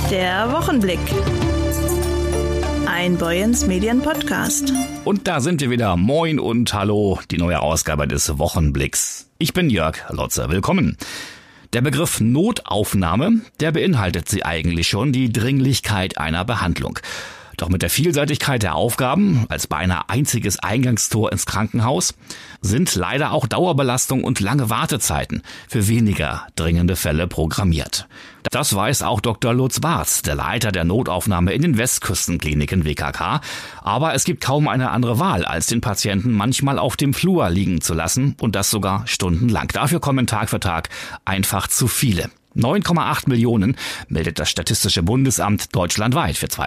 Der Wochenblick. Ein Boyens Medien Podcast. Und da sind wir wieder. Moin und hallo, die neue Ausgabe des Wochenblicks. Ich bin Jörg Lotze. Willkommen. Der Begriff Notaufnahme, der beinhaltet sie eigentlich schon, die Dringlichkeit einer Behandlung. Doch mit der Vielseitigkeit der Aufgaben, als beinahe einziges Eingangstor ins Krankenhaus, sind leider auch Dauerbelastung und lange Wartezeiten für weniger dringende Fälle programmiert. Das weiß auch Dr. Lutz Barz, der Leiter der Notaufnahme in den Westküstenkliniken WKK. Aber es gibt kaum eine andere Wahl, als den Patienten manchmal auf dem Flur liegen zu lassen und das sogar stundenlang. Dafür kommen Tag für Tag einfach zu viele. 9,8 Millionen meldet das Statistische Bundesamt deutschlandweit für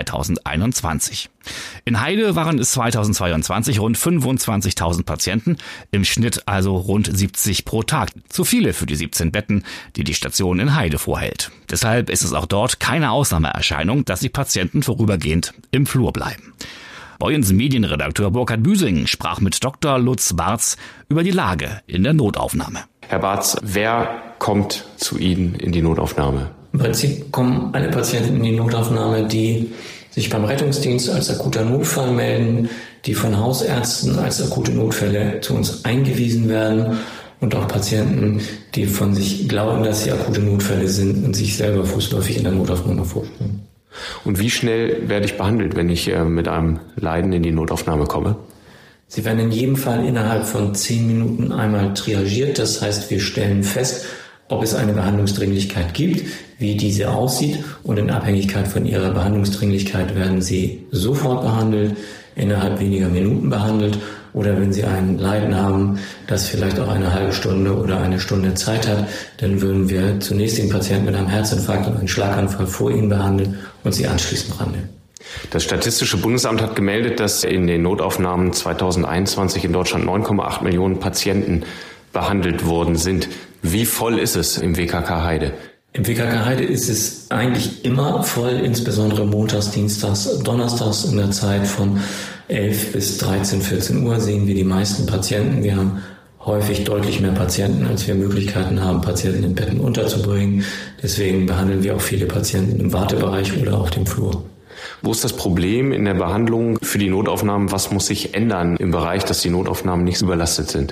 2021. In Heide waren es 2022 rund 25.000 Patienten, im Schnitt also rund 70 pro Tag. Zu viele für die 17 Betten, die die Station in Heide vorhält. Deshalb ist es auch dort keine Ausnahmeerscheinung, dass die Patienten vorübergehend im Flur bleiben. Boyens Medienredakteur Burkhard Büsing sprach mit Dr. Lutz Barz über die Lage in der Notaufnahme. Herr Barz, wer kommt zu Ihnen in die Notaufnahme? Im Prinzip kommen alle Patienten in die Notaufnahme, die sich beim Rettungsdienst als akuter Notfall melden, die von Hausärzten als akute Notfälle zu uns eingewiesen werden und auch Patienten, die von sich glauben, dass sie akute Notfälle sind und sich selber fußläufig in der Notaufnahme vorstellen. Und wie schnell werde ich behandelt, wenn ich mit einem Leiden in die Notaufnahme komme? Sie werden in jedem Fall innerhalb von 10 Minuten einmal triagiert. Das heißt, wir stellen fest, ob es eine Behandlungsdringlichkeit gibt, wie diese aussieht. Und in Abhängigkeit von ihrer Behandlungsdringlichkeit werden sie sofort behandelt, innerhalb weniger Minuten behandelt. Oder wenn Sie ein Leiden haben, das vielleicht auch eine halbe Stunde oder eine Stunde Zeit hat, dann würden wir zunächst den Patienten mit einem Herzinfarkt und einem Schlaganfall vor Ihnen behandeln und Sie anschließend behandeln. Das Statistische Bundesamt hat gemeldet, dass in den Notaufnahmen 2021 in Deutschland 9,8 Millionen Patienten behandelt worden sind. Wie voll ist es im WKK Heide? Im WKK Heide ist es eigentlich immer voll, insbesondere montags, dienstags, donnerstags in der Zeit von 11 bis 13, 14 Uhr sehen wir die meisten Patienten. Wir haben häufig deutlich mehr Patienten, als wir Möglichkeiten haben, Patienten in Betten unterzubringen. Deswegen behandeln wir auch viele Patienten im Wartebereich oder auf dem Flur. Wo ist das Problem in der Behandlung für die Notaufnahmen? Was muss sich ändern im Bereich, dass die Notaufnahmen nicht überlastet sind?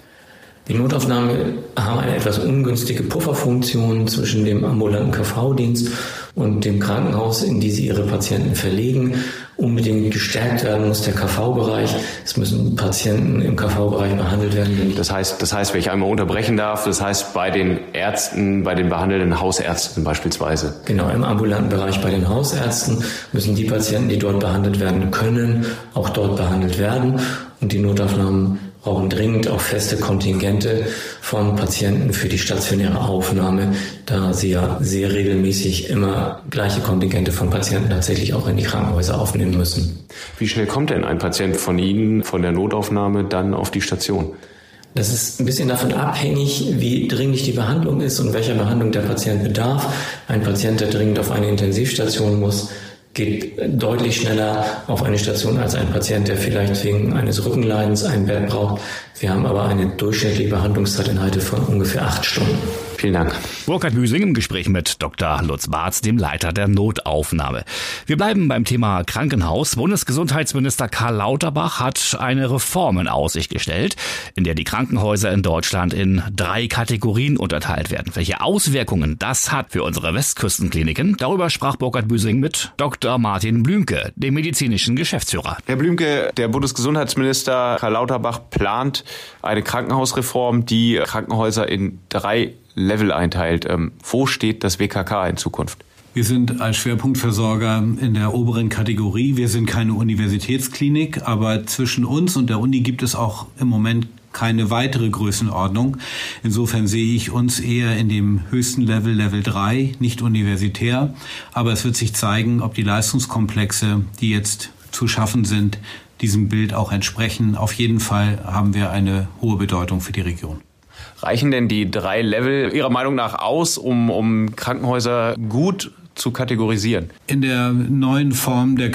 Die Notaufnahmen haben eine etwas ungünstige Pufferfunktion zwischen dem ambulanten KV-Dienst und dem Krankenhaus, in die sie ihre Patienten verlegen. Unbedingt gestärkt werden muss der KV-Bereich. Es müssen Patienten im KV-Bereich behandelt werden. Das heißt, wenn ich einmal unterbrechen darf, das heißt bei den Ärzten, bei den behandelnden Hausärzten beispielsweise. Genau, im ambulanten Bereich bei den Hausärzten müssen die Patienten, die dort behandelt werden können, auch dort behandelt werden. Und die Notaufnahmen brauchen dringend auch feste Kontingente von Patienten für die stationäre Aufnahme, da sie ja sehr regelmäßig immer gleiche Kontingente von Patienten tatsächlich auch in die Krankenhäuser aufnehmen müssen. Wie schnell kommt denn ein Patient von Ihnen, von der Notaufnahme, dann auf die Station? Das ist ein bisschen davon abhängig, wie dringlich die Behandlung ist und welcher Behandlung der Patient bedarf. Ein Patient, der dringend auf eine Intensivstation muss, geht deutlich schneller auf eine Station als ein Patient, der vielleicht wegen eines Rückenleidens ein Bett braucht. Wir haben aber eine durchschnittliche Behandlungszeit in Heide von ungefähr 8 Stunden. Vielen Dank. Burkhard Büsing im Gespräch mit Dr. Lutz Barz, dem Leiter der Notaufnahme. Wir bleiben beim Thema Krankenhaus. Bundesgesundheitsminister Karl Lauterbach hat eine Reform in Aussicht gestellt, in der die Krankenhäuser in Deutschland in 3 Kategorien unterteilt werden. Welche Auswirkungen das hat für unsere Westküstenkliniken, darüber sprach Burkhard Büsing mit Dr. Martin Blümke, dem medizinischen Geschäftsführer. Herr Blümke, der Bundesgesundheitsminister Karl Lauterbach plant eine Krankenhausreform, die Krankenhäuser in 3 Level einteilt. Wo steht das WKK in Zukunft? Wir sind als Schwerpunktversorger in der oberen Kategorie. Wir sind keine Universitätsklinik, aber zwischen uns und der Uni gibt es auch im Moment keine weitere Größenordnung. Insofern sehe ich uns eher in dem höchsten Level, Level 3, nicht universitär. Aber es wird sich zeigen, ob die Leistungskomplexe, die jetzt zu schaffen sind, diesem Bild auch entsprechen. Auf jeden Fall haben wir eine hohe Bedeutung für die Region. Reichen denn die 3 Level Ihrer Meinung nach aus, um Krankenhäuser gut zu kategorisieren? In der neuen Form der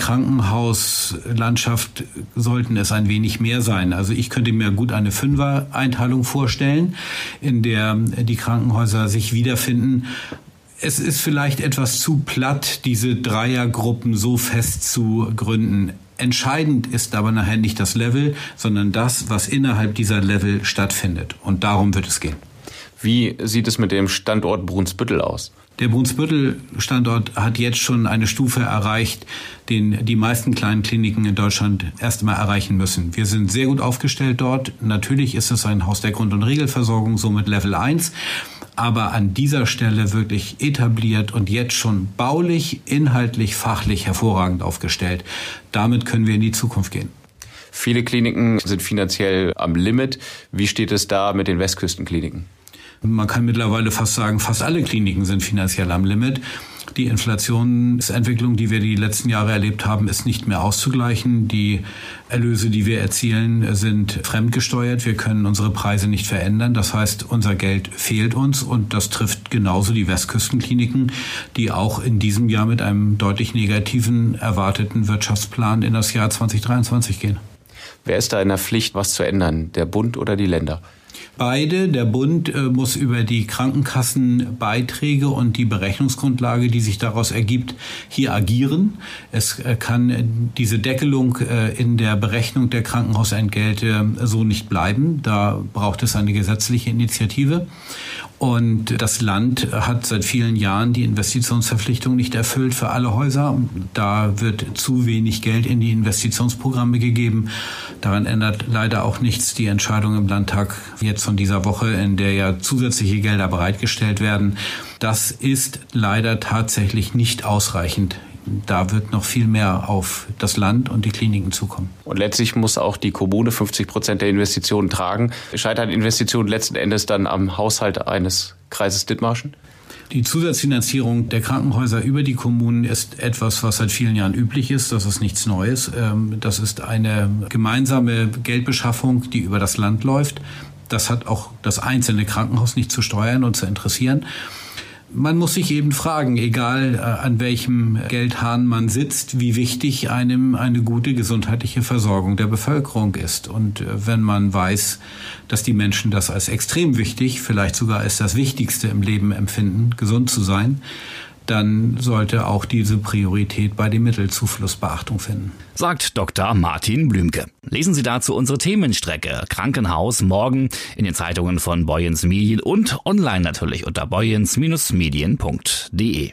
Krankenhauslandschaft sollten es ein wenig mehr sein. Also ich könnte mir gut eine 5er-Einteilung vorstellen, in der die Krankenhäuser sich wiederfinden. Es ist vielleicht etwas zu platt, diese Dreiergruppen so fest zu gründen. Entscheidend ist aber nachher nicht das Level, sondern das, was innerhalb dieser Level stattfindet. Und darum wird es gehen. Wie sieht es mit dem Standort Brunsbüttel aus? Der Brunsbüttel-Standort hat jetzt schon eine Stufe erreicht, den die meisten kleinen Kliniken in Deutschland erst einmal erreichen müssen. Wir sind sehr gut aufgestellt dort. Natürlich ist es ein Haus der Grund- und Regelversorgung, somit Level 1. Aber an dieser Stelle wirklich etabliert und jetzt schon baulich, inhaltlich, fachlich hervorragend aufgestellt. Damit können wir in die Zukunft gehen. Viele Kliniken sind finanziell am Limit. Wie steht es da mit den Westküstenkliniken? Man kann mittlerweile fast sagen, fast alle Kliniken sind finanziell am Limit. Die Inflationsentwicklung, die wir die letzten Jahre erlebt haben, ist nicht mehr auszugleichen. Die Erlöse, die wir erzielen, sind fremdgesteuert. Wir können unsere Preise nicht verändern. Das heißt, unser Geld fehlt uns und das trifft genauso die Westküstenkliniken, die auch in diesem Jahr mit einem deutlich negativen erwarteten Wirtschaftsplan in das Jahr 2023 gehen. Wer ist da in der Pflicht, was zu ändern? Der Bund oder die Länder? Beide. Der Bund muss über die Krankenkassenbeiträge und die Berechnungsgrundlage, die sich daraus ergibt, hier agieren. Es kann diese Deckelung in der Berechnung der Krankenhausentgelte so nicht bleiben. Da braucht es eine gesetzliche Initiative. Und das Land hat seit vielen Jahren die Investitionsverpflichtung nicht erfüllt für alle Häuser. Da wird zu wenig Geld in die Investitionsprogramme gegeben. Daran ändert leider auch nichts die Entscheidung im Landtag jetzt von dieser Woche, in der ja zusätzliche Gelder bereitgestellt werden. Das ist leider tatsächlich nicht ausreichend. Da wird noch viel mehr auf das Land und die Kliniken zukommen. Und letztlich muss auch die Kommune 50% der Investitionen tragen. Scheitern Investitionen letzten Endes dann am Haushalt eines Kreises Dithmarschen? Die Zusatzfinanzierung der Krankenhäuser über die Kommunen ist etwas, was seit vielen Jahren üblich ist. Das ist nichts Neues. Das ist eine gemeinsame Geldbeschaffung, die über das Land läuft. Das hat auch das einzelne Krankenhaus nicht zu steuern und zu interessieren. Man muss sich eben fragen, egal an welchem Geldhahn man sitzt, wie wichtig einem eine gute gesundheitliche Versorgung der Bevölkerung ist. Und wenn man weiß, dass die Menschen das als extrem wichtig, vielleicht sogar als das Wichtigste im Leben empfinden, gesund zu sein, dann sollte auch diese Priorität bei dem Mittelzufluss Beachtung finden. Sagt Dr. Martin Blümke. Lesen Sie dazu unsere Themenstrecke Krankenhaus morgen in den Zeitungen von Boyens Medien und online natürlich unter boyens-medien.de.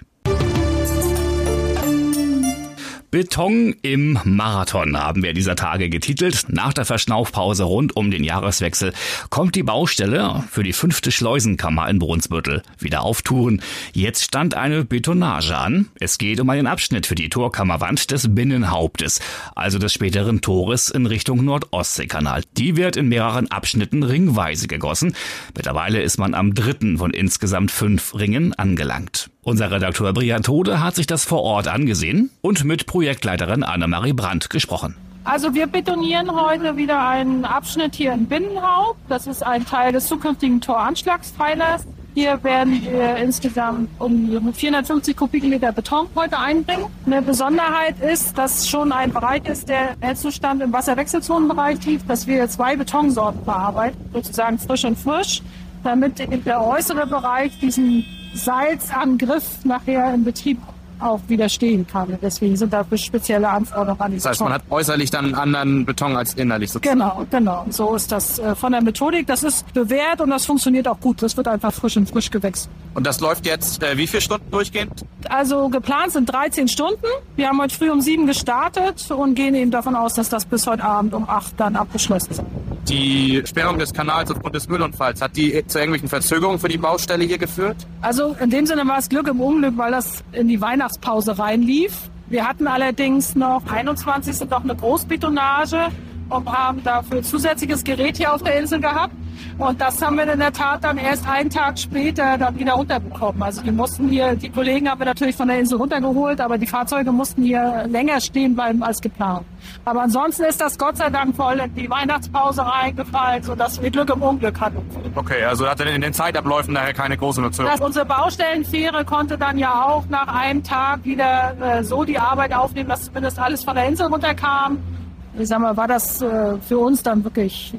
Beton im Marathon haben wir dieser Tage getitelt. Nach der Verschnaufpause rund um den Jahreswechsel kommt die Baustelle für die 5. Schleusenkammer in Brunsbüttel wieder auf Touren. Jetzt stand eine Betonage an. Es geht um einen Abschnitt für die Torkammerwand des Binnenhauptes, also des späteren Tores in Richtung Nordostseekanal. Die wird in mehreren Abschnitten ringweise gegossen. Mittlerweile ist man am 3. von insgesamt 5 Ringen angelangt. Unser Redakteur Brian Tode hat sich das vor Ort angesehen und mit Projektleiterin Annemarie Brandt gesprochen. Also wir betonieren heute wieder einen Abschnitt hier im Binnenhaupt. Das ist ein Teil des zukünftigen Toranschlagspfeilers. Hier werden wir insgesamt um 450 Kubikmeter Beton heute einbringen. Eine Besonderheit ist, dass schon ein Bereich ist, der Endzustand im Wasserwechselzonenbereich liegt, dass wir 2 Betonsorten bearbeiten, sozusagen frisch und frisch, damit der äußere Bereich diesen Salzangriff nachher im Betrieb auch widerstehen kann. Deswegen sind da spezielle Anforderungen an die Beton. Das heißt, man hat äußerlich dann einen anderen Beton als innerlich sozusagen. Genau. So ist das von der Methodik. Das ist bewährt und das funktioniert auch gut. Das wird einfach frisch und frisch gewechselt. Und das läuft jetzt wie viele Stunden durchgehend? Also geplant sind 13 Stunden. Wir haben heute früh um 7 gestartet und gehen eben davon aus, dass das bis heute Abend um 8 dann abgeschlossen ist. Die Sperrung des Kanals aufgrund des Müllunfalls, hat die zu irgendwelchen Verzögerungen für die Baustelle hier geführt? Also in dem Sinne war es Glück im Unglück, weil das in die Weihnachtspause reinlief. Wir hatten allerdings noch 21. noch eine Großbetonage und haben dafür zusätzliches Gerät hier auf der Insel gehabt. Und das haben wir in der Tat dann erst einen Tag später dann wieder runterbekommen. Also die Kollegen haben wir natürlich von der Insel runtergeholt, aber die Fahrzeuge mussten hier länger stehen bleiben als geplant. Aber ansonsten ist das Gott sei Dank voll in die Weihnachtspause reingefallen, sodass wir Glück im Unglück hatten. Okay, also hatte in den Zeitabläufen daher keine große Verzögerung. Unsere Baustellenfähre konnte dann ja auch nach einem Tag wieder so die Arbeit aufnehmen, dass zumindest alles von der Insel runterkam. Ich sag mal, war das für uns dann wirklich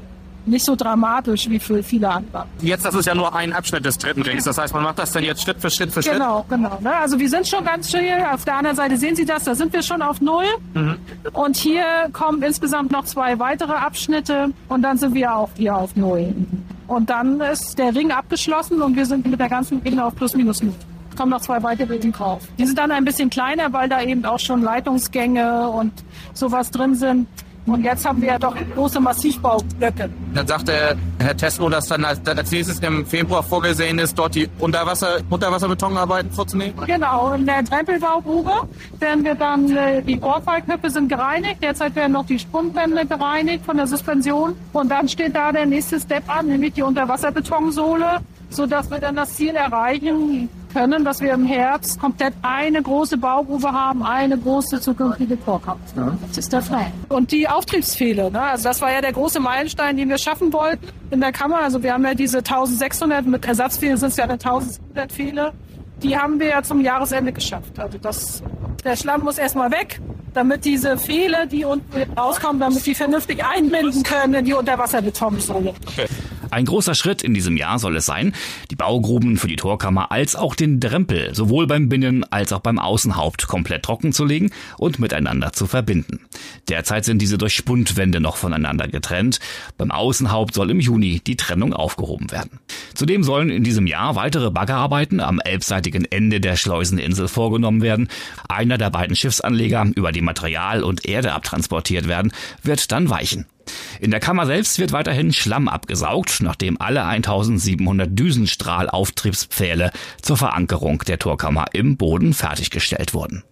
nicht so dramatisch wie für viele andere. Jetzt, das ist ja nur ein Abschnitt des dritten Rings. Das heißt, man macht das dann jetzt Schritt für Schritt für Schritt? Genau. Ne? Also wir sind schon ganz schön. Auf der anderen Seite sehen Sie das, da sind wir schon auf 0. Und hier kommen insgesamt noch 2 weitere Abschnitte und dann sind wir auch hier auf 0. Und dann ist der Ring abgeschlossen und wir sind mit der ganzen Ebene auf +/- 0. Es kommen noch 2 weitere Ringe drauf. Die sind dann ein bisschen kleiner, weil da eben auch schon Leitungsgänge und sowas drin sind. Und jetzt haben wir ja doch große Massivbaublöcke. Dann sagte Herr Teslo, dass dann als nächstes im Februar vorgesehen ist, dort die Unterwasserbetonarbeiten vorzunehmen? Genau, in der Drempelbaugrube werden wir dann, die Rohrfallköpfe sind gereinigt, derzeit werden noch die Spundwände gereinigt von der Suspension. Und dann steht da der nächste Step an, nämlich die Unterwasserbetonsole, sodass wir dann das Ziel erreichen können, dass wir im Herbst komplett eine große Baugrube haben, eine große zukünftige Torkammer. Ja. Das ist der Plan. Und die Auftriebspfähle, ne? Also das war ja der große Meilenstein, den wir schaffen wollten in der Kammer. Also wir haben ja diese 1600, mit Ersatzpfählen sind es ja 1700 Pfähle. Die haben wir ja zum Jahresende geschafft. Also der Schlamm muss erstmal weg, damit diese Pfähle, die unten rauskommen, damit die vernünftig einbinden können in die Unterwasserbetonsole. Okay. Ein großer Schritt in diesem Jahr soll es sein, die Baugruben für die Torkammer als auch den Drempel sowohl beim Binnen- als auch beim Außenhaupt komplett trocken zu legen und miteinander zu verbinden. Derzeit sind diese durch Spundwände noch voneinander getrennt. Beim Außenhaupt soll im Juni die Trennung aufgehoben werden. Zudem sollen in diesem Jahr weitere Baggerarbeiten am elbseitigen Ende der Schleuseninsel vorgenommen werden. Einer der beiden Schiffsanleger, über die Material und Erde abtransportiert werden, wird dann weichen. In der Kammer selbst wird weiterhin Schlamm abgesaugt, nachdem alle 1700 Düsenstrahlauftriebspfähle zur Verankerung der Torkammer im Boden fertiggestellt wurden.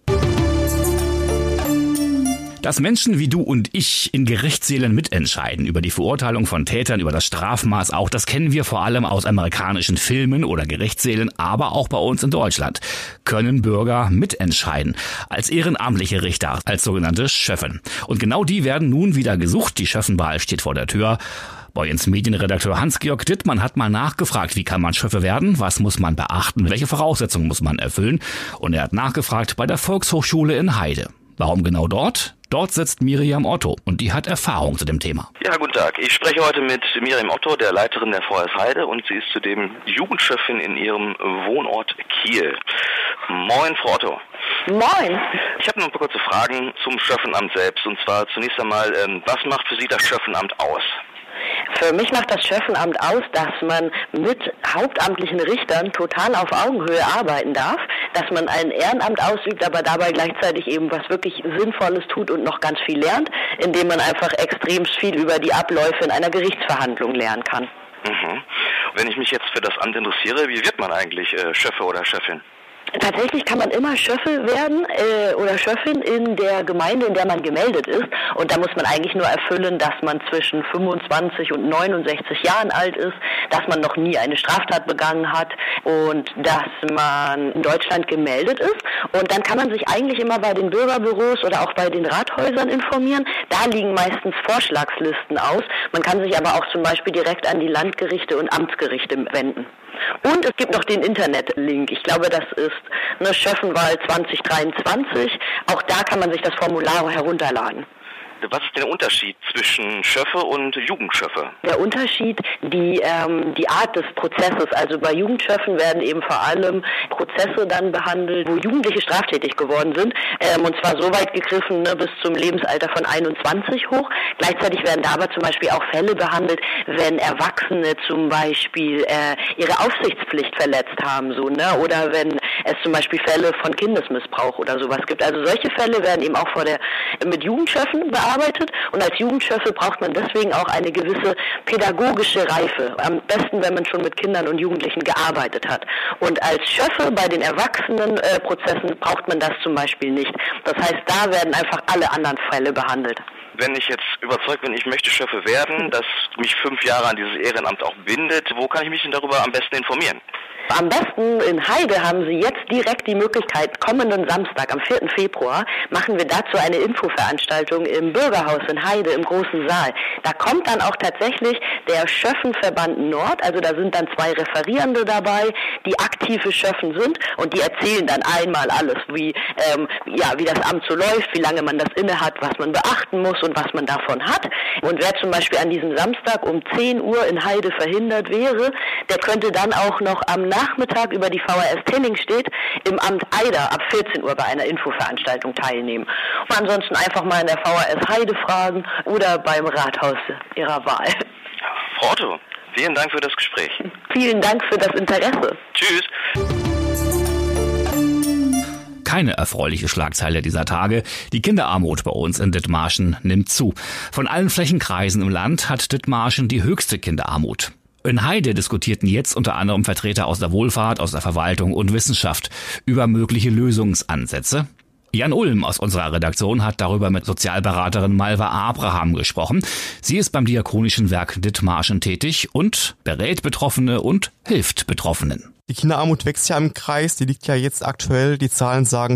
Dass Menschen wie du und ich in Gerichtssälen mitentscheiden über die Verurteilung von Tätern, über das Strafmaß auch, das kennen wir vor allem aus amerikanischen Filmen oder Gerichtssälen, aber auch bei uns in Deutschland. Können Bürger mitentscheiden, als ehrenamtliche Richter, als sogenannte Schöffen. Und genau die werden nun wieder gesucht, die Schöffenwahl steht vor der Tür. Boyens Medienredakteur Hans-Georg Dittmann hat mal nachgefragt, wie kann man Schöffe werden, was muss man beachten, welche Voraussetzungen muss man erfüllen. Und er hat nachgefragt bei der Volkshochschule in Heide. Warum genau dort? Dort sitzt Miriam Otto und die hat Erfahrung zu dem Thema. Ja, guten Tag. Ich spreche heute mit Miriam Otto, der Leiterin der VS Heide, und sie ist zudem Jugendschöffin in ihrem Wohnort Kiel. Moin, Frau Otto. Moin. Ich habe noch ein paar kurze Fragen zum Schöffenamt selbst. Und zwar zunächst einmal, was macht für Sie das Schöffenamt aus? Für mich macht das Schöffenamt aus, dass man mit hauptamtlichen Richtern total auf Augenhöhe arbeiten darf, dass man ein Ehrenamt ausübt, aber dabei gleichzeitig eben was wirklich Sinnvolles tut und noch ganz viel lernt, indem man einfach extrem viel über die Abläufe in einer Gerichtsverhandlung lernen kann. Wenn ich mich jetzt für das Amt interessiere, wie wird man eigentlich Schöffe oder Schöffin? Tatsächlich kann man immer Schöffe werden oder Schöffin in der Gemeinde, in der man gemeldet ist. Und da muss man eigentlich nur erfüllen, dass man zwischen 25 und 69 Jahren alt ist, dass man noch nie eine Straftat begangen hat und dass man in Deutschland gemeldet ist. Und dann kann man sich eigentlich immer bei den Bürgerbüros oder auch bei den Rathäusern informieren. Da liegen meistens Vorschlagslisten aus. Man kann sich aber auch zum Beispiel direkt an die Landgerichte und Amtsgerichte wenden. Und es gibt noch den Internetlink. Ich glaube, das ist eine Schöffenwahl 2023. Auch da kann man sich das Formular herunterladen. Was ist denn der Unterschied zwischen Schöffe und Jugendschöffe? Der Unterschied, die Art des Prozesses. Also bei Jugendschöffen werden eben vor allem Prozesse dann behandelt, wo Jugendliche straftätig geworden sind. Und zwar so weit gegriffen, bis zum Lebensalter von 21 hoch. Gleichzeitig werden da aber zum Beispiel auch Fälle behandelt, wenn Erwachsene zum Beispiel ihre Aufsichtspflicht verletzt haben, oder wenn es zum Beispiel Fälle von Kindesmissbrauch oder sowas gibt. Also solche Fälle werden eben auch mit Jugendschöffen bearbeitet. Und als Jugendschöffe braucht man deswegen auch eine gewisse pädagogische Reife. Am besten, wenn man schon mit Kindern und Jugendlichen gearbeitet hat. Und als Schöffe bei den Erwachsenenprozessen braucht man das zum Beispiel nicht. Das heißt, da werden einfach alle anderen Fälle behandelt. Wenn ich jetzt überzeugt bin, ich möchte Schöffe werden, das mich 5 Jahre an dieses Ehrenamt auch bindet, wo kann ich mich denn darüber am besten informieren? Am besten in Heide haben Sie jetzt direkt die Möglichkeit, kommenden Samstag, am 4. Februar, machen wir dazu eine Infoveranstaltung im Bürgerhaus in Heide im großen Saal. Da kommt dann auch tatsächlich der Schöffenverband Nord, also da sind dann 2 Referierende dabei, die aktive Schöffen sind und die erzählen dann einmal alles, wie das Amt so läuft, wie lange man das inne hat, was man beachten muss und was man davon hat. Und wer zum Beispiel an diesem Samstag um 10 Uhr in Heide verhindert wäre, der könnte dann auch noch am Nachmittag über die VHS Henningstedt im Amt Eider ab 14 Uhr bei einer Infoveranstaltung teilnehmen. Und ansonsten einfach mal in der VHS Heide fragen oder beim Rathaus Ihrer Wahl. Frau Otto, vielen Dank für das Gespräch. Vielen Dank für das Interesse. Tschüss. Keine erfreuliche Schlagzeile dieser Tage. Die Kinderarmut bei uns in Dithmarschen nimmt zu. Von allen Flächenkreisen im Land hat Dithmarschen die höchste Kinderarmut. In Heide diskutierten jetzt unter anderem Vertreter aus der Wohlfahrt, aus der Verwaltung und Wissenschaft über mögliche Lösungsansätze. Jan Ulm aus unserer Redaktion hat darüber mit Sozialberaterin Malva Abraham gesprochen. Sie ist beim Diakonischen Werk Dithmarschen tätig und berät Betroffene und hilft Betroffenen. Die Kinderarmut wächst ja im Kreis, die liegt ja jetzt aktuell, die Zahlen sagen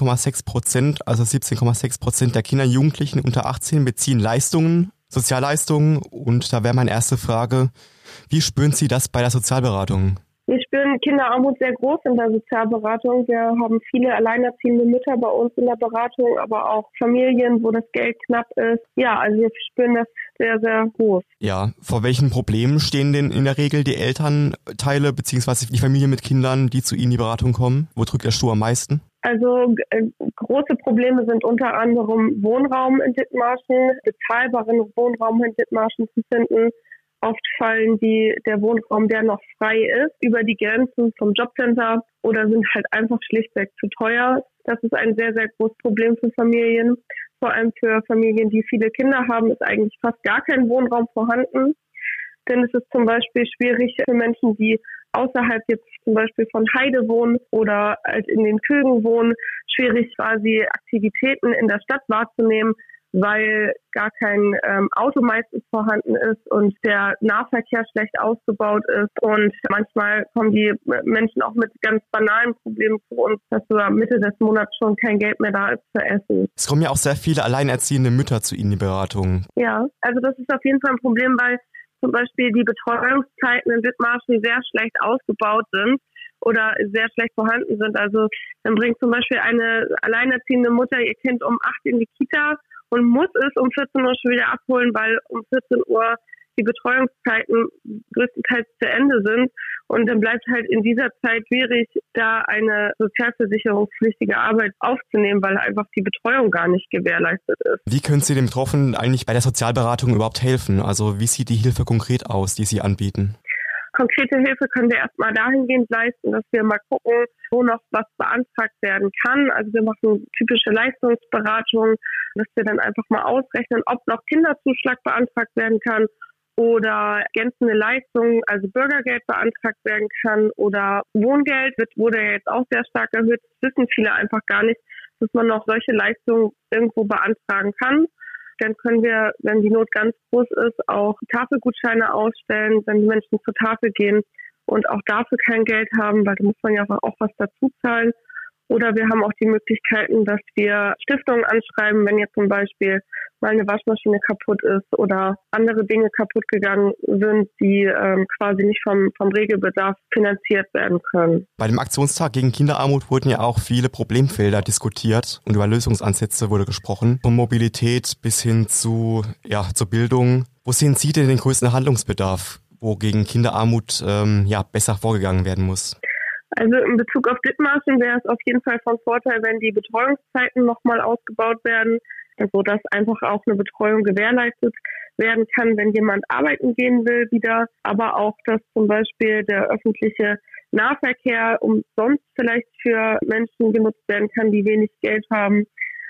17,6%, also 17,6% der Kinder und Jugendlichen unter 18 beziehen Leistungen, Sozialleistungen. Und da wäre meine erste Frage, wie spüren Sie das bei der Sozialberatung? Wir spüren Kinderarmut sehr groß in der Sozialberatung. Wir haben viele alleinerziehende Mütter bei uns in der Beratung, aber auch Familien, wo das Geld knapp ist. Ja, also wir spüren das sehr, sehr groß. Ja, vor welchen Problemen stehen denn in der Regel die Elternteile bzw. die Familie mit Kindern, die zu Ihnen in die Beratung kommen? Wo drückt der Schuh am meisten? Also große Probleme sind unter anderem Wohnraum in Dithmarschen, bezahlbaren Wohnraum in Dithmarschen zu finden. Oft fallen der Wohnraum, der noch frei ist, über die Grenzen vom Jobcenter oder sind halt einfach schlichtweg zu teuer. Das ist ein sehr, sehr großes Problem für Familien. Vor allem für Familien, die viele Kinder haben, ist eigentlich fast gar kein Wohnraum vorhanden. Denn es ist zum Beispiel schwierig für Menschen, die außerhalb jetzt zum Beispiel von Heide wohnen oder halt in den Kögen wohnen, schwierig quasi Aktivitäten in der Stadt wahrzunehmen, weil gar kein Auto meistens vorhanden ist und der Nahverkehr schlecht ausgebaut ist. Und manchmal kommen die Menschen auch mit ganz banalen Problemen zu uns, dass sogar Mitte des Monats schon kein Geld mehr da ist zu essen. Es kommen ja auch sehr viele alleinerziehende Mütter zu Ihnen in die Beratung. Ja, also das ist auf jeden Fall ein Problem, weil zum Beispiel die Betreuungszeiten in Dithmarschen sehr schlecht ausgebaut sind oder sehr schlecht vorhanden sind. Also dann bringt zum Beispiel eine alleinerziehende Mutter ihr Kind um 8 in die Kita und muss es um 14 Uhr schon wieder abholen, weil um 14 Uhr die Betreuungszeiten größtenteils zu Ende sind. Und dann bleibt halt in dieser Zeit schwierig, da eine sozialversicherungspflichtige Arbeit aufzunehmen, weil einfach die Betreuung gar nicht gewährleistet ist. Wie können Sie den Betroffenen eigentlich bei der Sozialberatung überhaupt helfen? Also wie sieht die Hilfe konkret aus, die Sie anbieten? Konkrete Hilfe können wir erstmal dahingehend leisten, dass wir mal gucken, wo noch was beantragt werden kann. Also wir machen typische Leistungsberatungen, dass wir dann einfach mal ausrechnen, ob noch Kinderzuschlag beantragt werden kann oder ergänzende Leistungen, also Bürgergeld beantragt werden kann oder Wohngeld wurde ja jetzt auch sehr stark erhöht. Das wissen viele einfach gar nicht, dass man noch solche Leistungen irgendwo beantragen kann. Dann können wir, wenn die Not ganz groß ist, auch Tafelgutscheine ausstellen, wenn die Menschen zur Tafel gehen und auch dafür kein Geld haben, weil da muss man ja auch was dazu zahlen. Oder wir haben auch die Möglichkeiten, dass wir Stiftungen anschreiben, wenn jetzt zum Beispiel mal eine Waschmaschine kaputt ist oder andere Dinge kaputt gegangen sind, die quasi nicht vom Regelbedarf finanziert werden können. Bei dem Aktionstag gegen Kinderarmut wurden ja auch viele Problemfelder diskutiert und über Lösungsansätze wurde gesprochen. Von Mobilität bis hin zur Bildung. Wo sehen Sie denn den größten Handlungsbedarf, wo gegen Kinderarmut besser vorgegangen werden muss? Also in Bezug auf Dithmarschen wäre es auf jeden Fall von Vorteil, wenn die Betreuungszeiten nochmal ausgebaut werden, also dass einfach auch eine Betreuung gewährleistet werden kann, wenn jemand arbeiten gehen will wieder, aber auch, dass zum Beispiel der öffentliche Nahverkehr umsonst vielleicht für Menschen genutzt werden kann, die wenig Geld haben.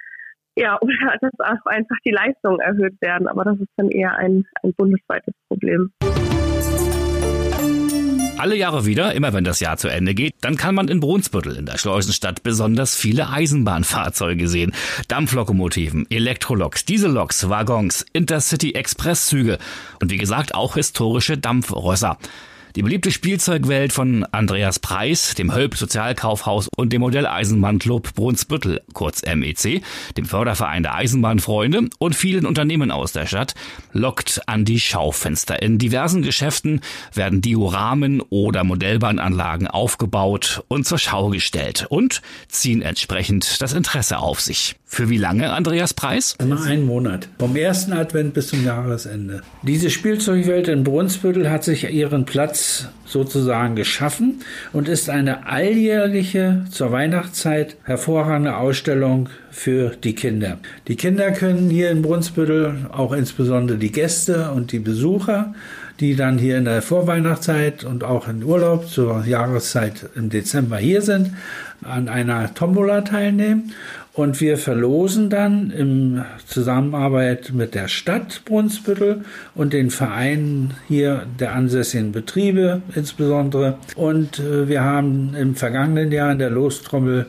Ja, oder dass auch einfach die Leistungen erhöht werden, aber das ist dann eher ein bundesweites Problem. Alle Jahre wieder, immer wenn das Jahr zu Ende geht, dann kann man in Brunsbüttel in der Schleusenstadt besonders viele Eisenbahnfahrzeuge sehen. Dampflokomotiven, Elektroloks, Dieselloks, Waggons, Intercity-Expresszüge und wie gesagt auch historische Dampfrösser. Die beliebte Spielzeugwelt von Andreas Preis, dem Hölp Sozialkaufhaus und dem Modelleisenbahnclub Brunsbüttel, kurz MEC, dem Förderverein der Eisenbahnfreunde und vielen Unternehmen aus der Stadt, lockt an die Schaufenster. In diversen Geschäften werden Dioramen oder Modellbahnanlagen aufgebaut und zur Schau gestellt und ziehen entsprechend das Interesse auf sich. Für wie lange, Andreas Preis? Immer einen Monat. Vom ersten Advent bis zum Jahresende. Diese Spielzeugwelt in Brunsbüttel hat sich ihren Platz sozusagen geschaffen und ist eine alljährliche, zur Weihnachtszeit hervorragende Ausstellung für die Kinder. Die Kinder können hier in Brunsbüttel, auch insbesondere die Gäste und die Besucher, die dann hier in der Vorweihnachtszeit und auch in Urlaub zur Jahreszeit im Dezember hier sind, an einer Tombola teilnehmen. Und wir verlosen dann in Zusammenarbeit mit der Stadt Brunsbüttel und den Vereinen hier der ansässigen Betriebe insbesondere. Und wir haben im vergangenen Jahr in der Lostrommel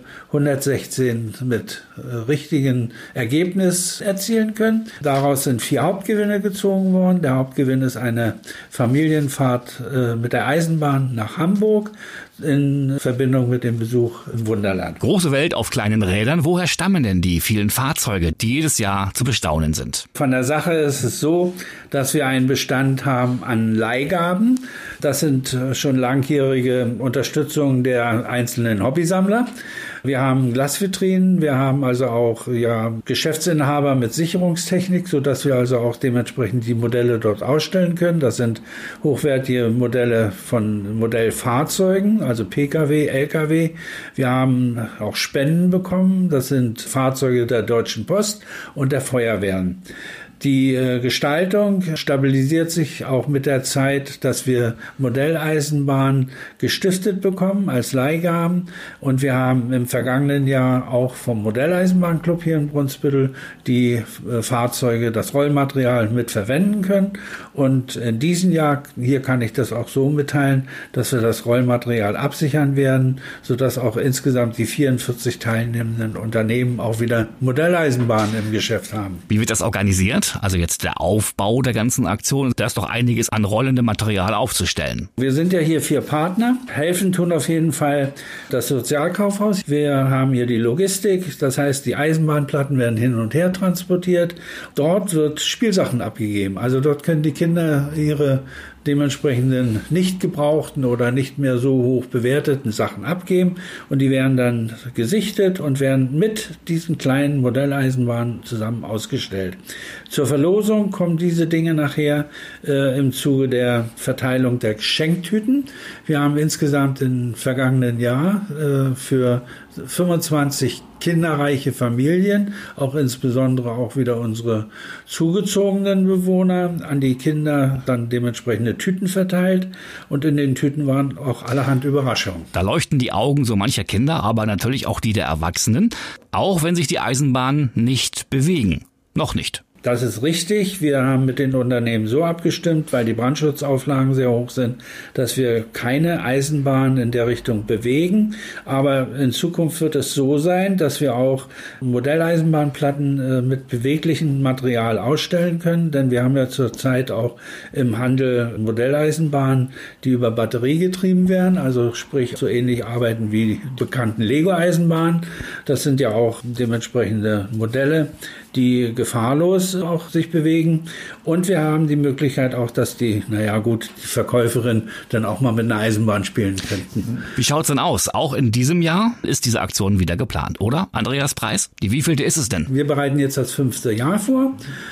116 mit richtigen Ergebnis erzielen können. Daraus sind 4 Hauptgewinne gezogen worden. Der Hauptgewinn ist eine Familienfahrt mit der Eisenbahn nach Hamburg in Verbindung mit dem Besuch im Wunderland. Große Welt auf kleinen Rädern. Woher stammen denn die vielen Fahrzeuge, die jedes Jahr zu bestaunen sind? Von der Sache ist es so, dass wir einen Bestand haben an Leihgaben. Das sind schon langjährige Unterstützungen der einzelnen Hobbysammler. Wir haben Glasvitrinen, wir haben also auch Geschäftsinhaber mit Sicherungstechnik, sodass wir also auch dementsprechend die Modelle dort ausstellen können. Das sind hochwertige Modelle von Modellfahrzeugen, also Pkw, Lkw. Wir haben auch Spenden bekommen, das sind Fahrzeuge der Deutschen Post und der Feuerwehren. Die Gestaltung stabilisiert sich auch mit der Zeit, dass wir Modelleisenbahnen gestiftet bekommen als Leihgaben. Und wir haben im vergangenen Jahr auch vom Modelleisenbahnclub hier in Brunsbüttel die Fahrzeuge, das Rollmaterial mit verwenden können. Und in diesem Jahr, hier kann ich das auch so mitteilen, dass wir das Rollmaterial absichern werden, sodass auch insgesamt die 44 teilnehmenden Unternehmen auch wieder Modelleisenbahnen im Geschäft haben. Wie wird das organisiert? Also jetzt der Aufbau der ganzen Aktion, da ist doch einiges an rollendem Material aufzustellen. Wir sind ja hier 4 Partner. Helfen tun auf jeden Fall das Sozialkaufhaus. Wir haben hier die Logistik, das heißt, die Eisenbahnplatten werden hin und her transportiert. Dort wird Spielsachen abgegeben. Also dort können die Kinder ihre dementsprechenden nicht gebrauchten oder nicht mehr so hoch bewerteten Sachen abgeben und die werden dann gesichtet und werden mit diesen kleinen Modelleisenbahnen zusammen ausgestellt. Zur Verlosung kommen diese Dinge nachher im Zuge der Verteilung der Geschenktüten. Wir haben insgesamt im vergangenen Jahr für 25 kinderreiche Familien, auch insbesondere auch wieder unsere zugezogenen Bewohner, an die Kinder dann dementsprechende Tüten verteilt und in den Tüten waren auch allerhand Überraschungen. Da leuchten die Augen so mancher Kinder, aber natürlich auch die der Erwachsenen, auch wenn sich die Eisenbahnen nicht bewegen. Noch nicht. Das ist richtig. Wir haben mit den Unternehmen so abgestimmt, weil die Brandschutzauflagen sehr hoch sind, dass wir keine Eisenbahn in der Richtung bewegen. Aber in Zukunft wird es so sein, dass wir auch Modelleisenbahnplatten mit beweglichem Material ausstellen können. Denn wir haben ja zurzeit auch im Handel Modelleisenbahnen, die über Batterie getrieben werden. Also sprich so ähnlich arbeiten wie die bekannten Lego-Eisenbahnen. Das sind ja auch dementsprechende Modelle, die gefahrlos auch sich bewegen. Und wir haben die Möglichkeit auch, dass die Verkäuferin dann auch mal mit einer Eisenbahn spielen könnten. Wie schaut's denn aus? Auch in diesem Jahr ist diese Aktion wieder geplant, oder? Andreas Preis, die wievielte ist es denn? Wir bereiten jetzt das 5. Jahr vor.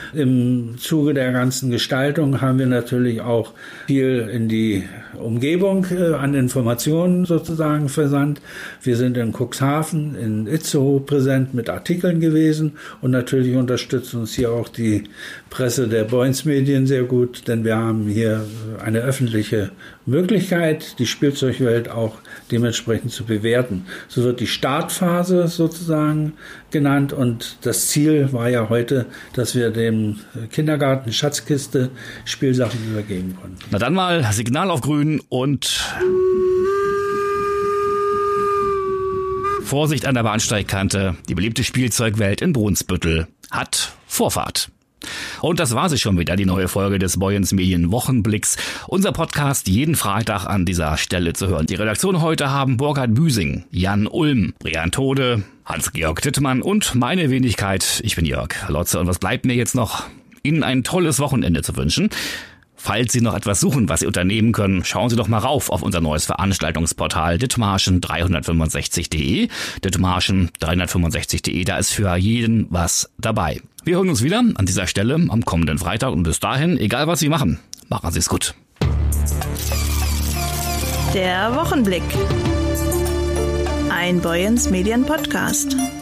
Im Zuge der ganzen Gestaltung haben wir natürlich auch viel in die Umgebung an Informationen sozusagen versandt. Wir sind in Cuxhaven, in Itzehoe präsent mit Artikeln gewesen und natürlich unterstützt uns hier auch die Presse der Boyens Medien sehr gut, denn wir haben hier eine öffentliche Möglichkeit, die Spielzeugwelt auch dementsprechend zu bewerten. So wird die Startphase sozusagen genannt und das Ziel war ja heute, dass wir dem Kindergarten Schatzkiste Spielsachen übergeben konnten. Na dann mal Signal auf grün und Vorsicht an der Bahnsteigkante. Die beliebte Spielzeugwelt in Brunsbüttel hat Vorfahrt. Und das war sie schon wieder, die neue Folge des Boyens Medien Wochenblicks. Unser Podcast jeden Freitag an dieser Stelle zu hören. Die Redaktion heute haben Burkhard Büsing, Jan Ulm, Brian Tode, Hans-Georg Dittmann und meine Wenigkeit. Ich bin Jörg Lotze und was bleibt mir jetzt noch? Ihnen ein tolles Wochenende zu wünschen. Falls Sie noch etwas suchen, was Sie unternehmen können, schauen Sie doch mal rauf auf unser neues Veranstaltungsportal Dithmarschen365.de. Dithmarschen365.de, da ist für jeden was dabei. Wir hören uns wieder an dieser Stelle am kommenden Freitag und bis dahin, egal was Sie machen, machen Sie es gut. Der Wochenblick. Ein Boyens Medien Podcast.